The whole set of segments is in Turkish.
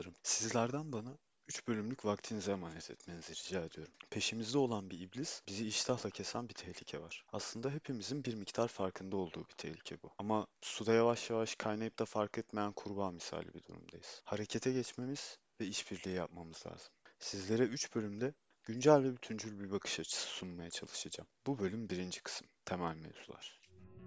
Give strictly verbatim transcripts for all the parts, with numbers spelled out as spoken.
dostlarım. Sizlerden bana üç bölümlük vaktinizi emanet etmenizi rica ediyorum. Peşimizde olan bir iblis, bizi iştahla kesen bir tehlike var. Aslında hepimizin bir miktar farkında olduğu bir tehlike bu. Ama suda yavaş yavaş kaynayıp da fark etmeyen kurbağa misali bir durumdayız. Harekete geçmemiz ve işbirliği yapmamız lazım. Sizlere üç bölümde güncel ve bütüncül bir bakış açısı sunmaya çalışacağım. Bu bölüm birinci kısım, temel mevzular.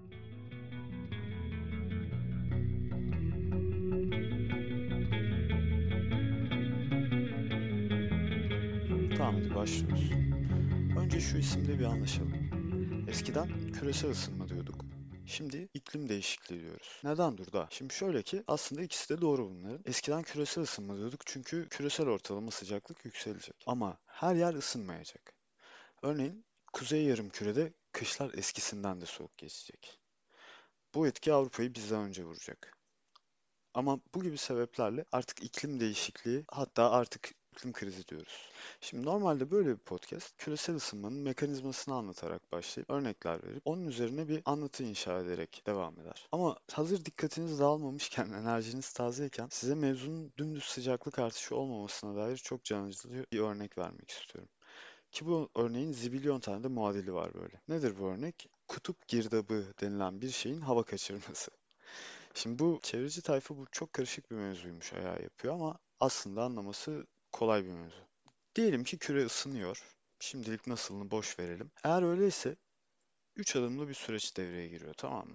Tamam, hadi başlıyoruz. Önce şu isimde bir anlaşalım. Eskiden küresel ısınma diyorduk. Şimdi iklim değişikliği diyoruz. Neden dur da? Şimdi şöyle ki aslında ikisi de doğru bunların. Eskiden küresel ısınma diyorduk çünkü küresel ortalama sıcaklık yükselecek. Ama her yer ısınmayacak. Örneğin Kuzey Yarımküre'de kışlar eskisinden de soğuk geçecek. Bu etki Avrupa'yı bizden önce vuracak. Ama bu gibi sebeplerle artık iklim değişikliği, hatta artık iklim krizi diyoruz. Şimdi normalde böyle bir podcast küresel ısınmanın mekanizmasını anlatarak başlayıp örnekler verip onun üzerine bir anlatı inşa ederek devam eder. Ama hazır dikkatiniz dağılmamışken, enerjiniz tazeyken size mevzunun dümdüz sıcaklık artışı olmamasına dair çok can alıcı bir örnek vermek istiyorum. Ki bu örneğin zibilyon tane de muadili var böyle. Nedir bu örnek? Kutup girdabı denilen bir şeyin hava kaçırması. Şimdi bu çevreci tayfa bu çok karışık bir mevzuymuş ayağı yapıyor ama aslında anlaması kolay bir mevzu. Diyelim ki küre ısınıyor. Şimdilik nasılını boş verelim. Eğer öyleyse üç adımlı bir süreç devreye giriyor, tamam mı?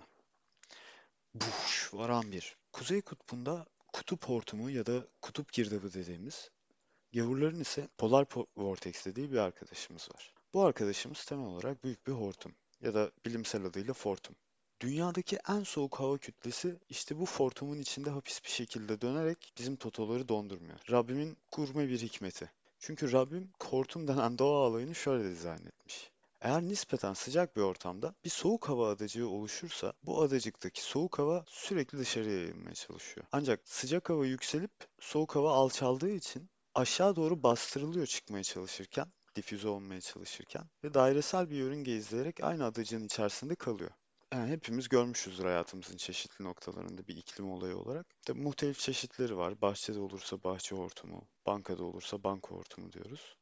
Buş, varan bir. Kuzey kutbunda kutup hortumu ya da kutup girdabı dediğimiz, gavurların ise polar po- vortex dediği bir arkadaşımız var. Bu arkadaşımız temel olarak büyük bir hortum ya da bilimsel adıyla fortum. Dünyadaki en soğuk hava kütlesi işte bu fortumun içinde hapis bir şekilde dönerek bizim totoları dondurmuyor. Rabbimin gurme bir hikmeti. Çünkü Rabbim hortum denen doğa alayını şöyle dizayn etmiş. Eğer nispeten sıcak bir ortamda bir soğuk hava adacığı oluşursa bu adacıktaki soğuk hava sürekli dışarıya yayılmaya çalışıyor. Ancak sıcak hava yükselip soğuk hava alçaldığı için aşağı doğru bastırılıyor çıkmaya çalışırken, difüze olmaya çalışırken ve dairesel bir yörünge izleyerek aynı adacığın içerisinde kalıyor. Yani hepimiz görmüşüzdür hayatımızın çeşitli noktalarında bir iklim olayı olarak. Tabii muhtelif çeşitleri var. Bahçede olursa bahçe hortumu, bankada olursa banka hortumu diyoruz.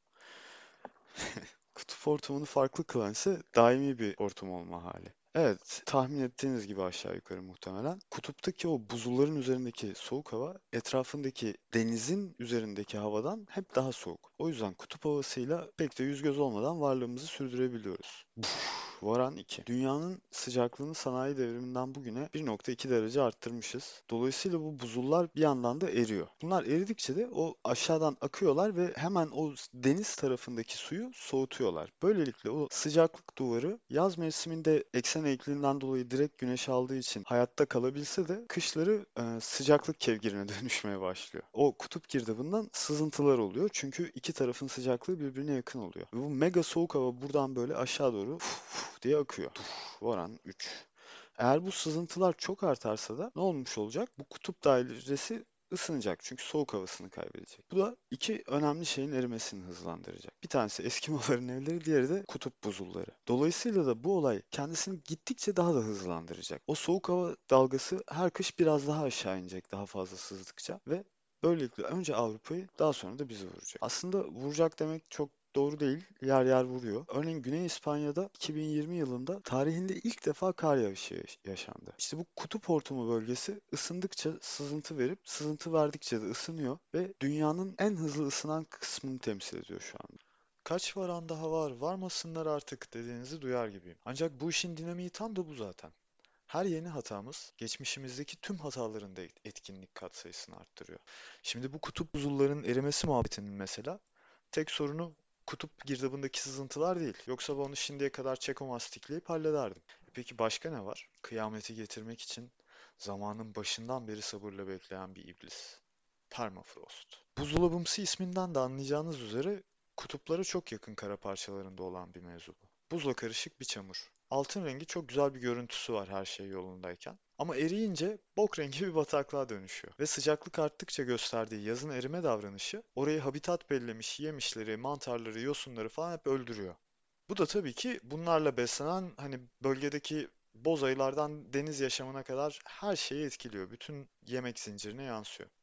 Kutup hortumunu farklı kılan ise daimi bir hortum olma hali. Evet, tahmin ettiğiniz gibi aşağı yukarı muhtemelen. Kutuptaki o buzulların üzerindeki soğuk hava etrafındaki denizin üzerindeki havadan hep daha soğuk. O yüzden kutup havasıyla pek de yüz göz olmadan varlığımızı sürdürebiliyoruz. Varan iki. Dünyanın sıcaklığını sanayi devriminden bugüne bir nokta iki derece arttırmışız. Dolayısıyla bu buzullar bir yandan da eriyor. Bunlar eridikçe de o aşağıdan akıyorlar ve hemen o deniz tarafındaki suyu soğutuyorlar. Böylelikle o sıcaklık duvarı yaz mevsiminde eksen eğikliğinden dolayı direkt güneş aldığı için hayatta kalabilse de kışları e, sıcaklık kevgirine dönüşmeye başlıyor. O kutup girdabından sızıntılar oluyor çünkü iki tarafın sıcaklığı birbirine yakın oluyor. Ve bu mega soğuk hava buradan böyle aşağı doğru diye akıyor. Varan üç. Eğer bu sızıntılar çok artarsa da ne olmuş olacak? Bu kutup dairesi ısınacak çünkü soğuk havasını kaybedecek. Bu da iki önemli şeyin erimesini hızlandıracak. Bir tanesi Eskimoların evleri, diğeri de kutup buzulları. Dolayısıyla da bu olay kendisini gittikçe daha da hızlandıracak. O soğuk hava dalgası her kış biraz daha aşağı inecek daha fazla sızdıkça ve böylelikle önce Avrupa'yı daha sonra da bizi vuracak. Aslında vuracak demek çok doğru değil. Yer yer vuruyor. Örneğin Güney İspanya'da iki bin yirmi yılında tarihinde ilk defa kar yağışı yaş- yaşandı. İşte bu kutup hortumu bölgesi ısındıkça sızıntı verip sızıntı verdikçe de ısınıyor ve dünyanın en hızlı ısınan kısmını temsil ediyor şu an. Kaç varan daha var, varmasınlar artık dediğinizi duyar gibiyim. Ancak bu işin dinamiği tam da bu zaten. Her yeni hatamız geçmişimizdeki tüm hataların da etkinlik katsayısını arttırıyor. Şimdi bu kutup buzullarının erimesi muhabbetinin mesela tek sorunu kutup girdabındaki sızıntılar değil. Yoksa ben onu şimdiye kadar çekomastikleyip hallederdim. E Peki başka ne var? Kıyameti getirmek için zamanın başından beri sabırla bekleyen bir iblis. Permafrost. Buzdolabımsı isminden de anlayacağınız üzere kutuplara çok yakın kara parçalarında olan bir mevzu bu. Buzla karışık bir çamur. Altın rengi çok güzel bir görüntüsü var her şey yolundayken. Ama eriyince bok rengi bir bataklığa dönüşüyor. Ve sıcaklık arttıkça gösterdiği yazın erime davranışı orayı habitat bellemiş yemişleri, mantarları, yosunları falan hep öldürüyor. Bu da tabii ki bunlarla beslenen hani bölgedeki boz ayılardan deniz yaşamına kadar her şeyi etkiliyor. Bütün yemek zincirine yansıyor.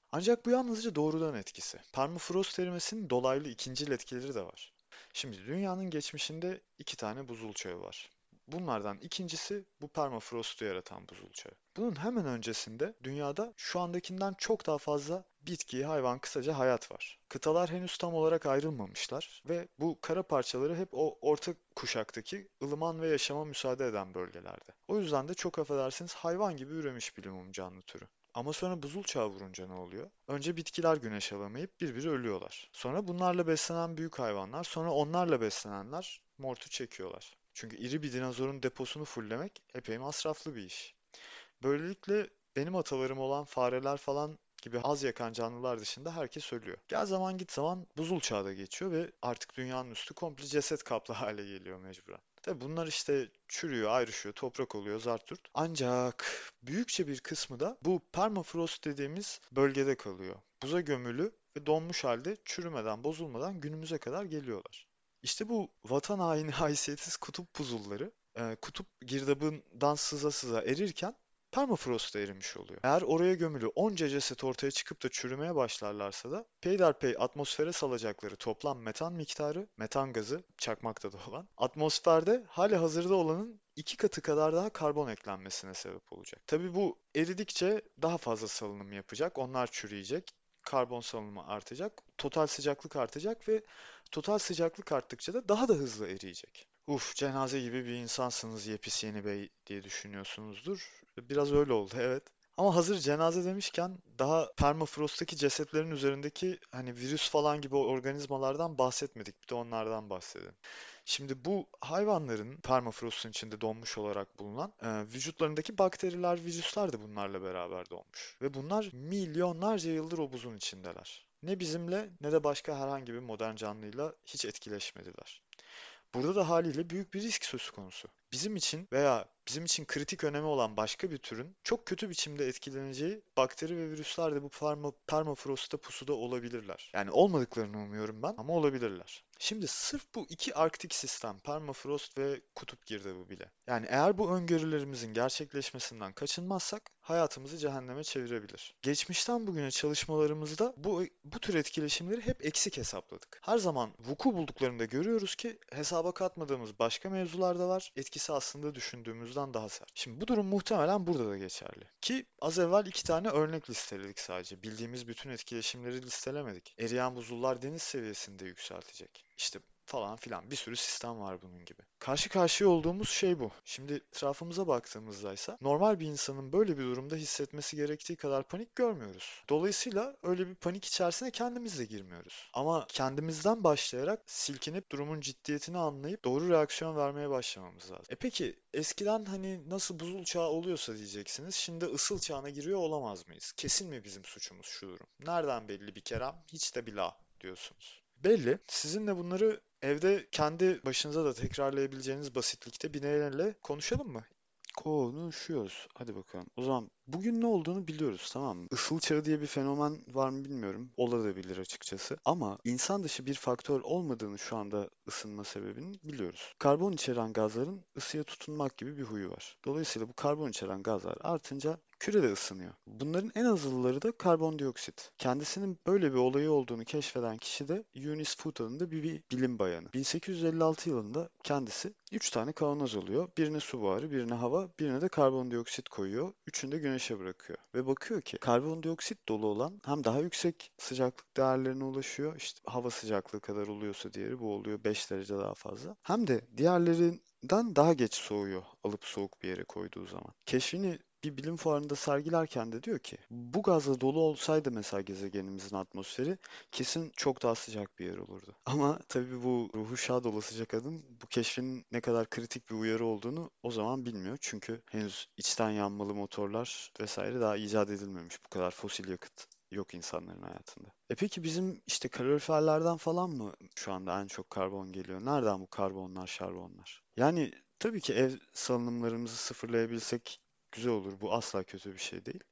Ancak bu yalnızca doğrudan etkisi. Permafrost erimesinin dolaylı ikincil etkileri de var. Şimdi dünyanın geçmişinde iki tane buzul çağı var. Bunlardan ikincisi bu permafrostu yaratan buzul çağı. Bunun hemen öncesinde dünyada şu andakinden çok daha fazla bitki, hayvan, kısaca hayat var. Kıtalar henüz tam olarak ayrılmamışlar ve bu kara parçaları hep o orta kuşaktaki ılıman ve yaşama müsaade eden bölgelerde. O yüzden de çok affedersiniz hayvan gibi üremiş bilimum canlı türü. Ama sonra buzul çağı vurunca ne oluyor? Önce bitkiler güneş alamayıp bir bir ölüyorlar. Sonra bunlarla beslenen büyük hayvanlar, sonra onlarla beslenenler mortu çekiyorlar. Çünkü iri bir dinozorun deposunu fullemek epey masraflı bir iş. Böylelikle benim atalarım olan fareler falan gibi az yakan canlılar dışında herkes ölüyor. Gel zaman git zaman buzul çağı da geçiyor ve artık dünyanın üstü komple ceset kaplı hale geliyor mecburen. Tabi bunlar işte çürüyor, ayrışıyor, toprak oluyor, zart turt. Ancak büyükçe bir kısmı da bu permafrost dediğimiz bölgede kalıyor. Buza gömülü ve donmuş halde çürümeden, bozulmadan günümüze kadar geliyorlar. İşte bu vatan haini haysiyetsiz kutup buzulları e, kutup girdabından sıza sıza erirken permafrost da erimiş oluyor. Eğer oraya gömülü onca ceset ortaya çıkıp da çürümeye başlarlarsa da peyderpey atmosfere salacakları toplam metan miktarı, metan gazı çakmakta da olan, atmosferde hali hazırda olanın iki katı kadar daha karbon eklenmesine sebep olacak. Tabii bu eridikçe daha fazla salınım yapacak, onlar çürüyecek, karbon salınımı artacak, total sıcaklık artacak ve total sıcaklık arttıkça da daha da hızlı eriyecek. Uf, cenaze gibi bir insansınız Yepis Yeni Bey diye düşünüyorsunuzdur. Biraz öyle oldu, evet. Ama hazır cenaze demişken daha permafrost'taki cesetlerin üzerindeki hani virüs falan gibi organizmalardan bahsetmedik. Bir de onlardan bahsedelim. Şimdi bu hayvanların permafrost'un içinde donmuş olarak bulunan e, vücutlarındaki bakteriler, virüsler de bunlarla beraber donmuş. Ve bunlar milyonlarca yıldır o buzun içindeler. Ne bizimle ne de başka herhangi bir modern canlıyla hiç etkileşmediler. Burada da haliyle büyük bir risk söz konusu. Bizim için veya bizim için kritik önemi olan başka bir türün çok kötü biçimde etkileneceği bakteri ve virüsler de bu perma, permafrostta pusuda olabilirler. Yani olmadıklarını umuyorum ben ama olabilirler. Şimdi sırf bu iki arktik sistem, permafrost ve kutup girdabı bile. Yani eğer bu öngörülerimizin gerçekleşmesinden kaçınmazsak hayatımızı cehenneme çevirebilir. Geçmişten bugüne çalışmalarımızda bu bu tür etkileşimleri hep eksik hesapladık. Her zaman vuku bulduklarında görüyoruz ki hesaba katmadığımız başka mevzular da var. Etkisi aslında düşündüğümüzden daha sert. Şimdi bu durum muhtemelen burada da geçerli. Ki az evvel iki tane örnek listeledik sadece. Bildiğimiz bütün etkileşimleri listelemedik. Eriyen buzullar deniz seviyesinde yükseltecek. İşte falan filan bir sürü sistem var bunun gibi. Karşı karşıya olduğumuz şey bu. Şimdi etrafımıza baktığımızda ise normal bir insanın böyle bir durumda hissetmesi gerektiği kadar panik görmüyoruz. Dolayısıyla öyle bir panik içerisine kendimiz de girmiyoruz. Ama kendimizden başlayarak silkinip durumun ciddiyetini anlayıp doğru reaksiyon vermeye başlamamız lazım. E peki eskiden hani nasıl buzul çağı oluyorsa diyeceksiniz, şimdi ısıl çağına giriyor olamaz mıyız? Kesin mi bizim suçumuz şu durum? Nereden belli bir kerem? Hiç de bila diyorsunuz. Belli. Sizinle bunları evde kendi başınıza da tekrarlayabileceğiniz basitlikte bir neyle konuşalım mı? Konuşuyoruz. Hadi bakalım. O zaman bugün ne olduğunu biliyoruz, tamam mı? Isıl çağı diye bir fenomen var mı bilmiyorum. Olabilir açıkçası. Ama insan dışı bir faktör olmadığını şu anda ısınma sebebini biliyoruz. Karbon içeren gazların ısıya tutunmak gibi bir huyu var. Dolayısıyla bu karbon içeren gazlar artınca küre de ısınıyor. Bunların en azılıları da karbondioksit. Kendisinin böyle bir olayı olduğunu keşfeden kişi de Eunice Foot adında bir, bir bilim bayanı. bin sekiz yüz elli altı yılında kendisi üç tane kavanoz alıyor. Birine su buharı, birine hava, birine de karbondioksit koyuyor. Üçünü de güneşe bırakıyor. Ve bakıyor ki karbondioksit dolu olan hem daha yüksek sıcaklık değerlerine ulaşıyor. İşte hava sıcaklığı kadar oluyorsa diğeri bu oluyor beş derece daha fazla. Hem de diğerlerinden daha geç soğuyor alıp soğuk bir yere koyduğu zaman. Keşfini bir bilim fuarında sergilerken de diyor ki bu gazla dolu olsaydı mesela gezegenimizin atmosferi kesin çok daha sıcak bir yer olurdu. Ama tabii bu ruhu şad olasıca kadın bu keşfin ne kadar kritik bir uyarı olduğunu o zaman bilmiyor. Çünkü henüz içten yanmalı motorlar vesaire daha icat edilmemiş. Bu kadar fosil yakıt yok insanların hayatında. E peki bizim işte kaloriferlerden falan mı şu anda en çok karbon geliyor? Nereden bu karbonlar, şarbonlar? Yani tabii ki ev salınımlarımızı sıfırlayabilsek güzel olur. Bu asla kötü bir şey değil.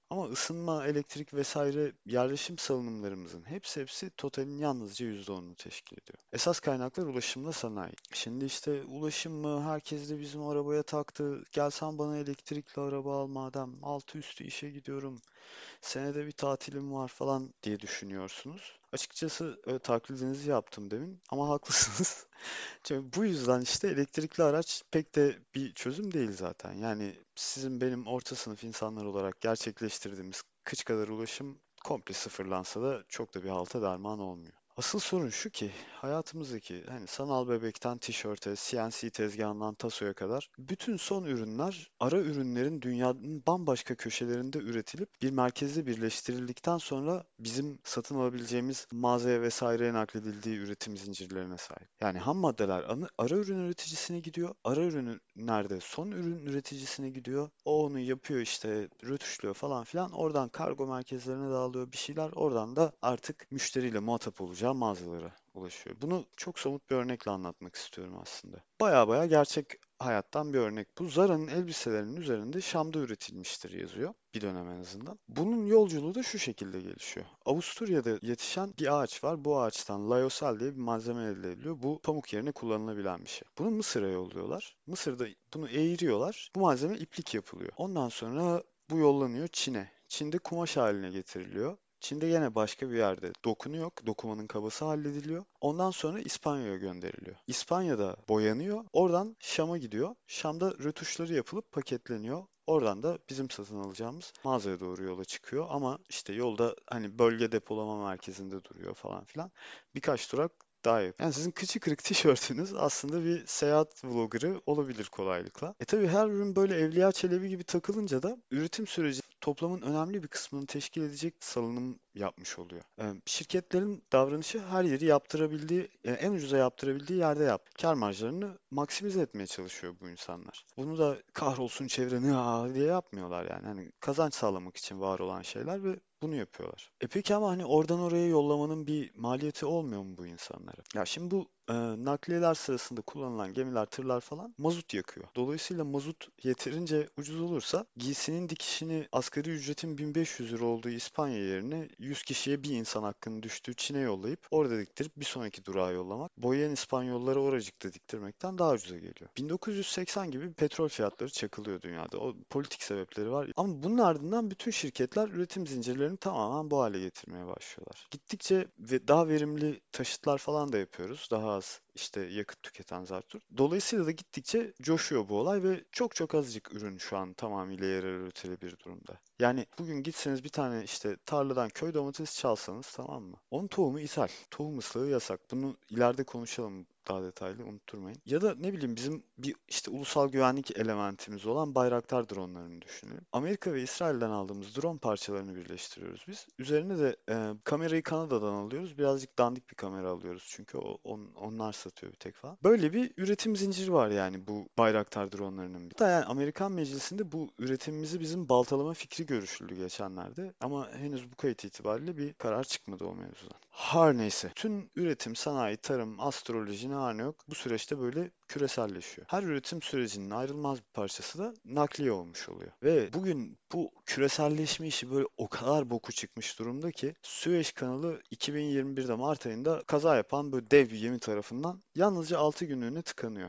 Ama ısınma, elektrik vesaire yerleşim salınımlarımızın hepsi hepsi totalin yalnızca yüzde onunu teşkil ediyor. Esas kaynaklar ulaşımla sanayi. Şimdi işte ulaşım mı? Herkes de bizim arabaya taktı. Gel sen bana elektrikli araba al madem. Altı üstü işe gidiyorum. Senede bir tatilim var falan diye düşünüyorsunuz. Açıkçası e, taklidinizi yaptım demin ama haklısınız. Çünkü bu yüzden işte elektrikli araç pek de bir çözüm değil zaten. Yani sizin benim orta sınıf insanlar olarak gerçekleştirdiğimiz kıç kadar ulaşım komple sıfırlansa da çok da bir halta derman olmuyor. Asıl sorun şu ki hayatımızdaki hani sanal bebekten tişörte, C N C tezgahından tasoya kadar bütün son ürünler ara ürünlerin dünyanın bambaşka köşelerinde üretilip bir merkezde birleştirildikten sonra bizim satın alabileceğimiz mağazaya vesaireye nakledildiği üretim zincirlerine sahip. Yani ham maddeler ana- ara ürün üreticisine gidiyor. Ara ürün nerede? Son ürün üreticisine gidiyor. O onu yapıyor işte rötuşluyor falan filan. Oradan kargo merkezlerine dağılıyor bir şeyler. Oradan da artık müşteriyle muhatap olacağı mağazalara ulaşıyor. Bunu çok somut bir örnekle anlatmak istiyorum aslında. Baya baya gerçek hayattan bir örnek. Bu Zara'nın elbiselerinin üzerinde Şam'da üretilmiştir yazıyor. Bir dönem en azından. Bunun yolculuğu da şu şekilde gelişiyor. Avusturya'da yetişen bir ağaç var. Bu ağaçtan lyocell diye bir malzeme elde ediliyor. Bu pamuk yerine kullanılabilen bir şey. Bunu Mısır'a yolluyorlar. Mısır'da bunu eğiriyorlar. Bu malzeme iplik yapılıyor. Ondan sonra bu yollanıyor Çin'e. Çin'de kumaş haline getiriliyor. Çin'de yine başka bir yerde dokunu yok. Dokumanın kabası hallediliyor. Ondan sonra İspanya'ya gönderiliyor. İspanya'da boyanıyor. Oradan Şam'a gidiyor. Şam'da rötuşları yapılıp paketleniyor. Oradan da bizim satın alacağımız mağazaya doğru yola çıkıyor. Ama işte yolda hani bölge depolama merkezinde duruyor falan filan. Birkaç durak daha yapıyor. Yani sizin kıçı kırık tişörtünüz aslında bir seyahat vloggerı olabilir kolaylıkla. E tabii her ürün böyle Evliya Çelebi gibi takılınca da üretim süreci toplamın önemli bir kısmını teşkil edecek salınım yapmış oluyor. E, şirketlerin davranışı her yeri yaptırabildiği, e, en ucuza yaptırabildiği yerde yap. Kâr marjlarını maksimize etmeye çalışıyor bu insanlar. Bunu da kahrolsun çevreni ya diye yapmıyorlar yani. Hani kazanç sağlamak için var olan şeyler ve bunu yapıyorlar. E peki ama hani oradan oraya yollamanın bir maliyeti olmuyor mu bu insanlara? Ya şimdi bu e, nakliyeler sırasında kullanılan gemiler, tırlar falan mazot yakıyor. Dolayısıyla mazot yeterince ucuz olursa giysinin dikişini asgari ücretin bin beş yüz lira olduğu İspanya yerine yüz kişiye bir insan hakkının düştüğü Çin'e yollayıp orada diktirip bir sonraki durağa yollamak boyayan İspanyollara oracıkta diktirmekten daha ucuza geliyor. bin dokuz yüz seksen gibi petrol fiyatları çakılıyor dünyada. O politik sebepleri var. Ama bunun ardından bütün şirketler üretim zincirlerini tamamen bu hale getirmeye başlıyorlar. Gittikçe ve daha verimli taşıtlar falan da yapıyoruz. Daha az işte yakıt tüketen zartür. Dolayısıyla da gittikçe coşuyor bu olay ve çok çok azıcık ürün şu an tamamıyla yerel üretilebilir durumda. Yani bugün gitseniz bir tane işte tarladan köy domatesi çalsanız tamam mı? Onun tohumu ithal. Tohum ıslığı yasak. Bunu ileride konuşalım daha detaylı unutturmayın. Ya da ne bileyim bizim bir işte ulusal güvenlik elementimiz olan Bayraktar dronlarını düşünelim. Amerika ve İsrail'den aldığımız drone parçalarını birleştiriyoruz biz. Üzerine de e, kamerayı Kanada'dan alıyoruz. Birazcık dandik bir kamera alıyoruz çünkü o, on- onlar satıyor bir tek falan. Böyle bir üretim zinciri var yani bu Bayraktar dronlarının. Hatta yani Amerikan Meclisi'nde bu üretimimizi bizim baltalama fikri görüşüldü geçenlerde. Ama henüz bu kayıt itibariyle bir karar çıkmadı o mevzudan. Her neyse. Tüm üretim, sanayi, tarım, astroloji ne var ne yok bu süreçte böyle küreselleşiyor. Her üretim sürecinin ayrılmaz bir parçası da nakliye olmuş oluyor. Ve bugün bu küreselleşme işi böyle o kadar boku çıkmış durumda ki Süveyş kanalı iki bin yirmi birde Mart ayında kaza yapan böyle dev bir gemi tarafından yalnızca altı günlüğüne tıkanıyor.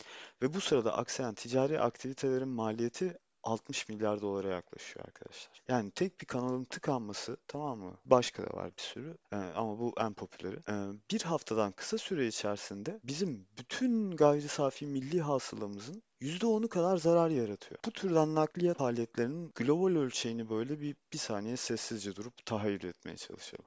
Ve bu sırada aksayan ticari aktivitelerin maliyeti altmış milyar dolara yaklaşıyor arkadaşlar. Yani tek bir kanalın tıkanması tamam mı? Başka da var bir sürü Ee, ama bu en popüleri. Ee, bir haftadan kısa süre içerisinde bizim bütün gayri safi milli hasılamızın yüzde onu kadar zarar yaratıyor. Bu türden nakliyat faaliyetlerinin global ölçeğini böyle bir, bir saniye sessizce durup tahayyül etmeye çalışalım.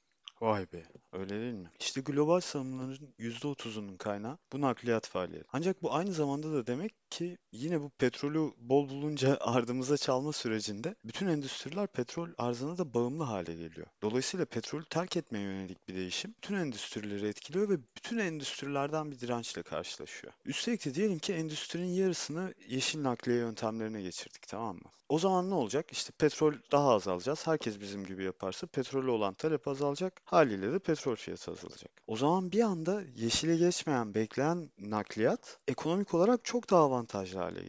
Vay be, öyle değil mi? İşte global salımların yüzde otuzunun kaynağı bu nakliyat faaliyeti. Ancak bu aynı zamanda da demek ki yine bu petrolü bol bulunca ardımıza çalma sürecinde bütün endüstriler petrol arzına da bağımlı hale geliyor. Dolayısıyla petrolü terk etmeye yönelik bir değişim bütün endüstrileri etkiliyor ve bütün endüstrilerden bir dirençle karşılaşıyor. Üstelik de diyelim ki endüstrinin yarısını yeşil nakliye yöntemlerine geçirdik, tamam mı? O zaman ne olacak? İşte petrol daha az alacağız. Herkes bizim gibi yaparsa petrolü olan talep azalacak. Haliyle de petrol fiyatı azalacak. O zaman bir anda yeşile geçmeyen, bekleyen nakliyat ekonomik olarak çok daha avantajlı hale geliyor.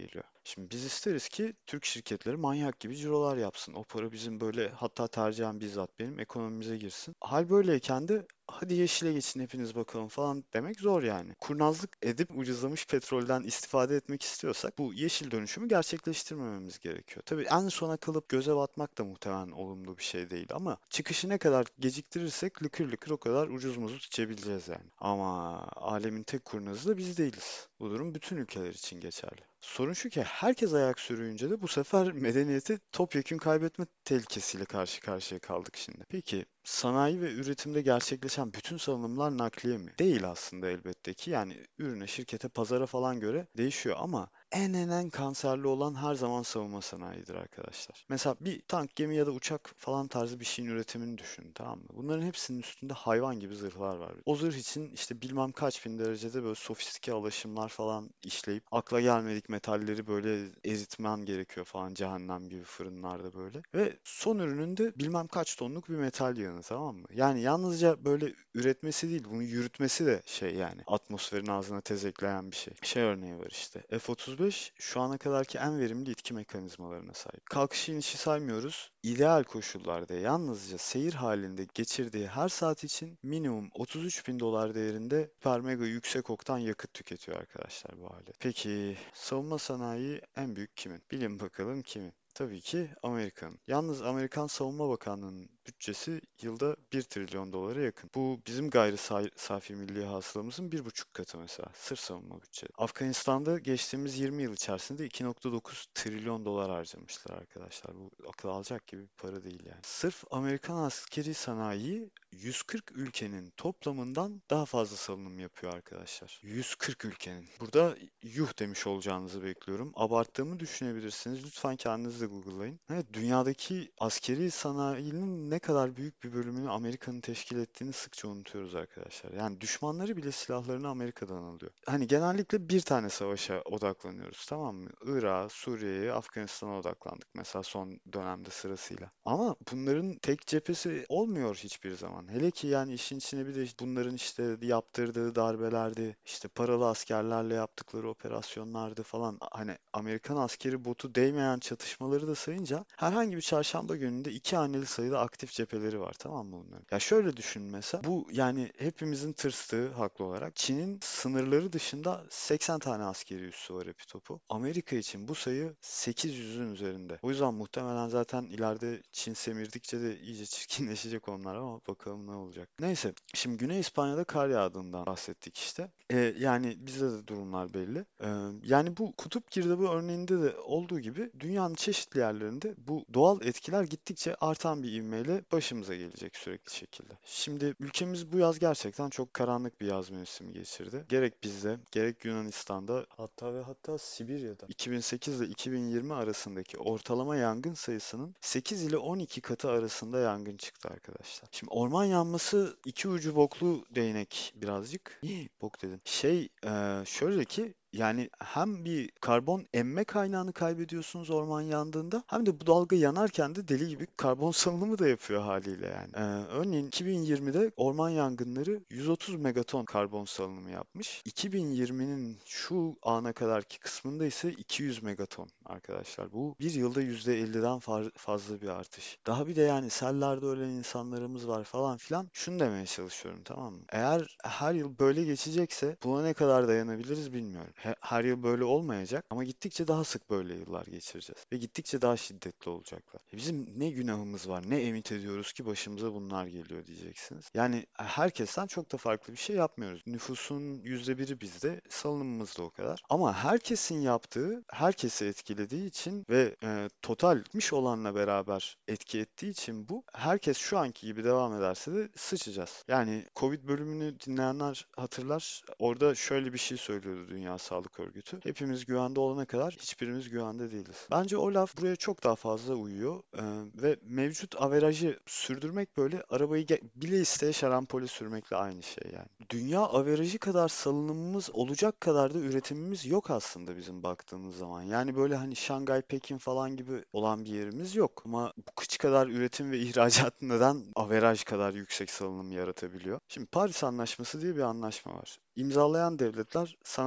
Şimdi biz isteriz ki Türk şirketleri manyak gibi cirolar yapsın. O para bizim böyle, hatta tercihen bizzat benim ekonomimize girsin. Hal böyleyken de hadi yeşile geçin hepiniz bakalım falan demek zor yani. Kurnazlık edip ucuzlamış petrolden istifade etmek istiyorsak bu yeşil dönüşümü gerçekleştirmememiz gerekiyor. Tabii en sona kalıp göze batmak da muhtemelen olumlu bir şey değil ama çıkışı ne kadar geciktirirsek lıkır lıkır o kadar ucuz muzut içebileceğiz yani. Ama alemin tek kurnazı da biz değiliz. Bu durum bütün ülkeler için geçerli. Sorun şu ki herkes ayak sürüyünce de bu sefer medeniyeti topyekün kaybetme tehlikesiyle karşı karşıya kaldık şimdi. Peki sanayi ve üretimde gerçekleşen bütün salınımlar nakliye mi? Değil aslında, elbette ki. Yani ürüne, şirkete, pazara falan göre değişiyor ama en en en kanserli olan her zaman savunma sanayidir arkadaşlar. Mesela bir tank, gemi ya da uçak falan tarzı bir şeyin üretimini düşünün, tamam mı? Bunların hepsinin üstünde hayvan gibi zırhlar var. O zırh için işte bilmem kaç bin derecede böyle sofistike alaşımlar falan işleyip akla gelmedik metalleri böyle eritmen gerekiyor falan, cehennem gibi fırınlarda böyle. Ve son ürününde bilmem kaç tonluk bir metal yığını, tamam mı? Yani yalnızca böyle üretmesi değil, bunu yürütmesi de şey yani atmosferin ağzına tezekleyen bir şey. Şey örneği var işte. F otuz beş şu ana kadarki en verimli itki mekanizmalarına sahip. Kalkış inişi saymıyoruz. İdeal koşullarda yalnızca seyir halinde geçirdiği her saat için minimum otuz üç bin dolar değerinde per mega yüksek oktan yakıt tüketiyor arkadaşlar bu alet. Peki savunma sanayi en büyük kimin? Bilin bakalım kimin? Tabii ki Amerika'nın. Yalnız Amerikan Savunma Bakanlığı'nın bütçesi yılda bir trilyon dolara yakın. Bu bizim gayri sa- safi milli hasılamızın bir buçuk katı mesela. Sırf savunma bütçesi. Afganistan'da geçtiğimiz yirmi yıl içerisinde iki nokta dokuz trilyon dolar harcamışlar arkadaşlar. Bu akıl alacak gibi bir para değil yani. Sırf Amerikan askeri sanayi yüz kırk ülkenin toplamından daha fazla salınım yapıyor arkadaşlar. yüz kırk ülkenin. Burada yuh demiş olacağınızı bekliyorum. Abarttığımı düşünebilirsiniz. Lütfen kendiniz de Google'layın. Evet, dünyadaki askeri sanayinin ne kadar büyük bir bölümünü Amerika'nın teşkil ettiğini sıkça unutuyoruz arkadaşlar. Yani düşmanları bile silahlarını Amerika'dan alıyor. Hani genellikle bir tane savaşa odaklanıyoruz, tamam mı? Irak'a, Suriye'ye, Afganistan'a odaklandık mesela son dönemde sırasıyla. Ama bunların tek cephesi olmuyor hiçbir zaman. Hele ki yani işin içine bir de bunların işte yaptırdığı darbelerdi, işte paralı askerlerle yaptıkları operasyonlardı falan. Hani Amerikan askeri botu değmeyen çatışmaları da sayınca herhangi bir çarşamba gününde iki haneli sayıda aktif cepheleri var, tamam mı bunların? Ya şöyle düşün mesela, bu yani hepimizin tırstığı haklı olarak Çin'in sınırları dışında seksen tane askeri üssü var hepi topu. Amerika için bu sayı sekiz yüzün üzerinde. O yüzden muhtemelen zaten ileride Çin semirdikçe de iyice çirkinleşecek onlar ama bakalım ne olacak. Neyse, şimdi Güney İspanya'da kar yağdığından bahsettik işte. Ee, yani bizde de durumlar belli. Ee, yani bu kutup girdabı örneğinde de olduğu gibi dünyanın çeşitli yerlerinde bu doğal etkiler gittikçe artan bir ivmeyle başımıza gelecek sürekli şekilde. Şimdi ülkemiz bu yaz gerçekten çok karanlık bir yaz mevsimi geçirdi. Gerek bizde, gerek Yunanistan'da, hatta ve hatta Sibirya'da iki bin sekiz ile iki bin yirmi arasındaki ortalama yangın sayısının sekiz ile on iki katı arasında yangın çıktı arkadaşlar. Şimdi orman yanması iki ucu boklu değnek birazcık. Hii, bok dedim. Şey, eee, şöyle ki yani hem bir karbon emme kaynağını kaybediyorsunuz orman yandığında, hem de bu dalga yanarken de deli gibi karbon salınımı da yapıyor haliyle yani. Ee, örneğin iki bin yirmide orman yangınları yüz otuz megaton karbon salınımı yapmış. iki bin yirminin şu ana kadarki kısmında ise iki yüz megaton arkadaşlar. Bu bir yılda yüzde elliden far- fazla bir artış. Daha bir de yani sellerde ölen insanlarımız var falan filan. Şunu demeye çalışıyorum, tamam mı? Eğer her yıl böyle geçecekse buna ne kadar dayanabiliriz bilmiyorum. He- Her yıl böyle olmayacak ama gittikçe daha sık böyle yıllar geçireceğiz. Ve gittikçe daha şiddetli olacaklar. E bizim ne günahımız var, ne emit ediyoruz ki başımıza bunlar geliyor diyeceksiniz. Yani herkesten çok da farklı bir şey yapmıyoruz. Nüfusun yüzde biri bizde, salınımımız da o kadar. Ama herkesin yaptığı, herkesi etkilediği için ve e, totalmiş olanla beraber etki ettiği için bu, herkes şu anki gibi devam ederse de sıçacağız. Yani Covid bölümünü dinleyenler hatırlar. Orada şöyle bir şey söylüyordu Dünya Sağlık Örgütü. Hepimiz güvende olana kadar hiçbirimiz güvende değiliz. Bence o laf buraya çok daha fazla uyuyor. Ee, ve mevcut averajı sürdürmek böyle arabayı ge- bile isteye şarampole sürmekle aynı şey yani. Dünya averajı kadar salınımımız olacak kadar da üretimimiz yok aslında bizim baktığımız zaman. Yani böyle hani Şangay, Pekin falan gibi olan bir yerimiz yok. Ama bu kıç kadar üretim ve ihracat neden averaj kadar yüksek salınım yaratabiliyor? Şimdi Paris Anlaşması diye bir anlaşma var. İmzalayan devletler sanayi faaliyetleri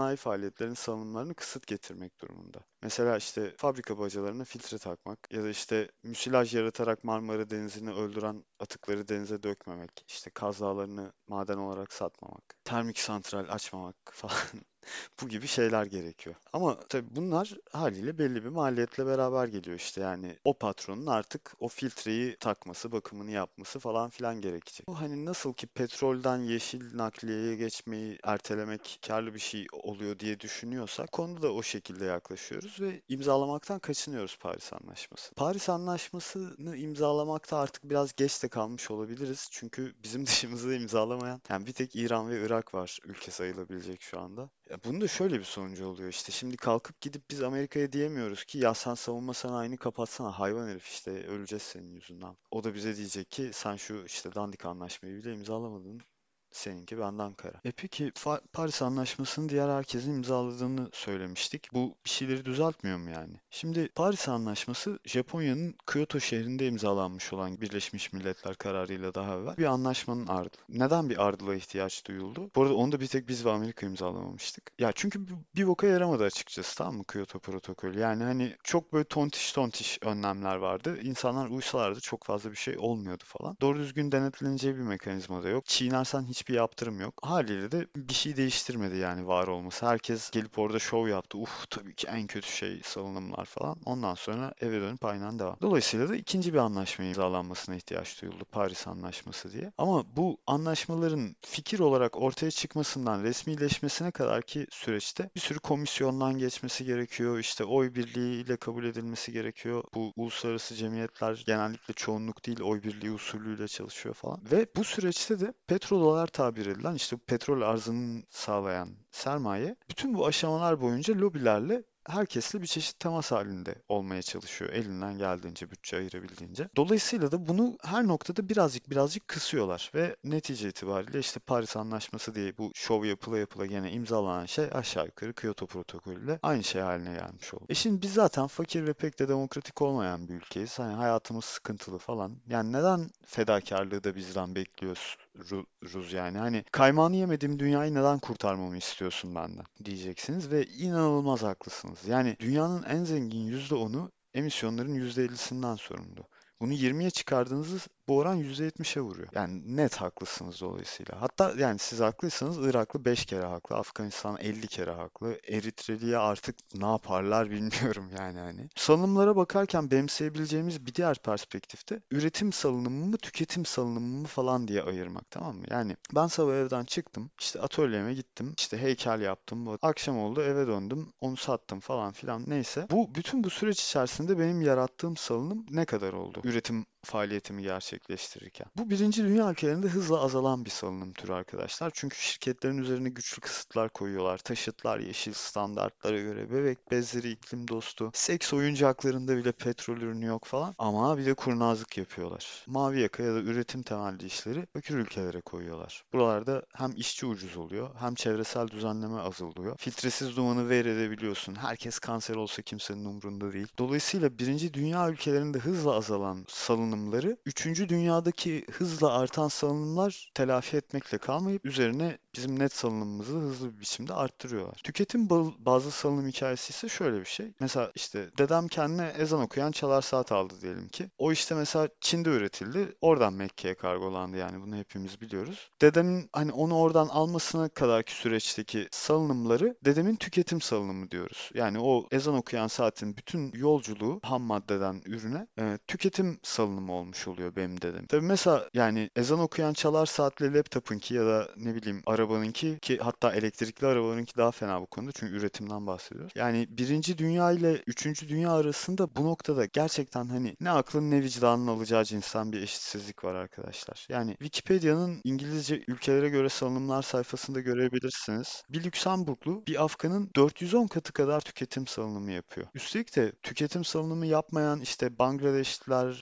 devletlerin salınımlarını kısıt getirmek durumunda. Mesela işte fabrika bacalarına filtre takmak ya da işte müsilaj yaratarak Marmara Denizi'ni öldüren atıkları denize dökmemek, işte Kaz Dağları'nı maden olarak satmamak, termik santral açmamak falan. Bu gibi şeyler gerekiyor. Ama tabii bunlar haliyle belli bir maliyetle beraber geliyor işte yani o patronun artık o filtreyi takması, bakımını yapması falan filan gerekecek. Bu hani nasıl ki petrolden yeşil nakliyeye geçmeyi ertelemek karlı bir şey oluyor diye düşünüyorsak konuda da o şekilde yaklaşıyoruz ve imzalamaktan kaçınıyoruz Paris Anlaşması. Paris Anlaşması'nı imzalamakta artık biraz geç de kalmış olabiliriz. Çünkü bizim dışımızda imzalamayan yani bir tek İran ve Irak var ülke sayılabilecek şu anda. Ya bunun da şöyle bir sonucu oluyor işte. Şimdi kalkıp gidip biz Amerika'ya diyemiyoruz ki ya sen savunma sanayini kapatsana hayvan herif işte öleceğiz senin yüzünden. O da bize diyecek ki sen şu işte dandik anlaşmayı bile imzalamadın. Seninki benden kara. E peki Fa- Paris Anlaşması'nı diğer herkesin imzaladığını söylemiştik. Bu bir şeyleri düzeltmiyor mu yani? Şimdi Paris Anlaşması Japonya'nın Kyoto şehrinde imzalanmış olan Birleşmiş Milletler kararıyla daha evvel bir anlaşmanın ardı. Neden bir ardıla ihtiyaç duyuldu? Bu arada onu da bir tek biz ve Amerika imzalamamıştık. Ya çünkü bir, bir boka yaramadı açıkçası tamam mı Kyoto protokolü? Yani hani çok böyle tontiş tontiş önlemler vardı. İnsanlar uysalardı çok fazla bir şey olmuyordu falan. Doğru düzgün denetleneceği bir mekanizma da yok. Çiğnersen hiçbir yaptırım yok. Haliyle de bir şey değiştirmedi yani var olması. Herkes gelip orada şov yaptı. Uf tabii ki en kötü şey salınımlar falan. Ondan sonra eve dönüp aynen devam. Dolayısıyla da ikinci bir anlaşma imzalanmasına ihtiyaç duyuldu. Paris Anlaşması diye. Ama bu anlaşmaların fikir olarak ortaya çıkmasından resmileşmesine kadar ki süreçte bir sürü komisyondan geçmesi gerekiyor. İşte oy birliğiyle kabul edilmesi gerekiyor. Bu uluslararası cemiyetler genellikle çoğunluk değil oy birliği usulüyle çalışıyor falan. Ve bu süreçte de petrodolar tabir edilen işte bu petrol arzını sağlayan sermaye bütün bu aşamalar boyunca lobilerle herkesle bir çeşit temas halinde olmaya çalışıyor elinden geldiğince, bütçe ayırabildiğince. Dolayısıyla da bunu her noktada birazcık birazcık kısıyorlar ve netice itibariyle işte Paris Anlaşması diye bu şov yapıla yapıla gene imzalanan şey aşağı yukarı Kyoto protokolüyle aynı şey haline gelmiş oldu. E şimdi biz zaten fakir ve pek de demokratik olmayan bir ülkeyiz. Hani hayatımız sıkıntılı falan. Yani neden fedakarlığı da bizden bekliyoruz? Ru- Ruz yani. Hani kaymağını yemediğim dünyayı neden kurtarmamı istiyorsun benden diyeceksiniz ve inanılmaz haklısınız. Yani dünyanın en zengin yüzde onu emisyonların yüzde ellisinden sorumlu. Bunu yirmiye çıkardığınızda bu oran yüzde yetmişe vuruyor. Yani net haklısınız dolayısıyla. Hatta yani siz haklıysanız Iraklı beş kere haklı, Afganistan elli kere haklı, Eritreli'ye artık ne yaparlar bilmiyorum yani hani. Salınımlara bakarken benimseyebileceğimiz bir diğer perspektifte üretim salınımı mı, tüketim salınımı mı falan diye ayırmak tamam mı? Yani ben sabah evden çıktım, işte atölyeme gittim, işte heykel yaptım, bu- akşam oldu eve döndüm, onu sattım falan filan neyse. Bu bütün bu süreç içerisinde benim yarattığım salınım ne kadar oldu? Üretim faaliyetimi gerçekleştirirken. Bu birinci dünya ülkelerinde hızla azalan bir salınım türü arkadaşlar. Çünkü şirketlerin üzerine güçlü kısıtlar koyuyorlar. Taşıtlar yeşil standartlara göre, bebek bezleri iklim dostu, seks oyuncaklarında bile petrol ürünü yok falan. Ama bir de kurnazlık yapıyorlar. Mavi yaka ya da üretim temelli işleri fakir ülkelere koyuyorlar. Buralarda hem işçi ucuz oluyor, hem çevresel düzenleme azalıyor. Filtresiz dumanı ver edebiliyorsun. Herkes kanser olsa kimsenin umrunda değil. Dolayısıyla birinci dünya ülkelerinde hızla azalan salınımları, üçüncü dünyadaki hızla artan salınımlar telafi etmekle kalmayıp üzerine bizim net salınımımızı hızlı bir biçimde arttırıyorlar. Tüketim ba- bazlı salınım hikayesi ise şöyle bir şey. Mesela işte dedem kendine ezan okuyan çalar saat aldı diyelim ki. O işte mesela Çin'de üretildi. Oradan Mekke'ye kargolandı yani bunu hepimiz biliyoruz. Dedemin hani onu oradan almasına kadarki süreçteki salınımları dedemin tüketim salınımı diyoruz. Yani o ezan okuyan saatin bütün yolculuğu ham maddeden ürüne e, tüketim salınımı olmuş oluyor benim dedem. Tabii mesela yani ezan okuyan çalar saatli laptop'unki ya da ne bileyim arabanınki ki hatta elektrikli arabanınki daha fena bu konuda çünkü üretimden bahsediyoruz. Yani birinci dünya ile üçüncü dünya arasında bu noktada gerçekten hani ne aklın ne vicdanın alacağı cinsten bir eşitsizlik var arkadaşlar. Yani Wikipedia'nın İngilizce ülkelere göre salınımlar sayfasında görebilirsiniz. Bir Lüksemburglu bir Afgan'ın dört yüz on katı kadar tüketim salınımı yapıyor. Üstelik de tüketim salınımı yapmayan işte Bangladeşliler, Güneydoğu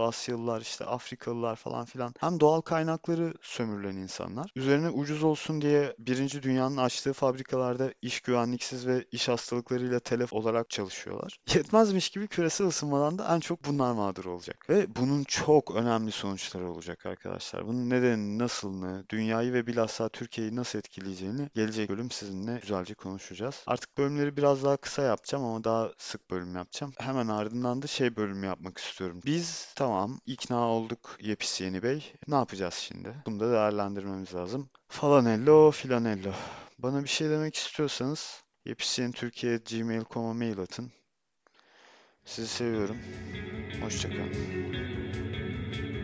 Asyalılar, işte Afrikalılar falan filan hem doğal kaynakları sömürülen insanlar. Üzerine ucuz olsun diye birinci dünyanın açtığı fabrikalarda iş güvenliksiz ve iş hastalıklarıyla telef olarak çalışıyorlar. Yetmezmiş gibi küresel ısınmadan da en çok bunlar mağdur olacak. Ve bunun çok önemli sonuçları olacak arkadaşlar. Bunun nedeni, nasılını, dünyayı ve bilhassa Türkiye'yi nasıl etkileyeceğini gelecek bölüm sizinle güzelce konuşacağız. Artık bölümleri biraz daha kısa yapacağım ama daha sık bölüm yapacağım. Hemen ardından da şey bölümü yapmak istiyorum. Biz tamam ikna olduk Yepis Yeni Bey. Ne yapacağız şimdi? Bunu da değerlendirmemiz lazım. Falanello filanello. Bana bir şey demek istiyorsanız yepyeni at gmail nokta com'a mail atın. Sizi seviyorum. Hoşça kalın.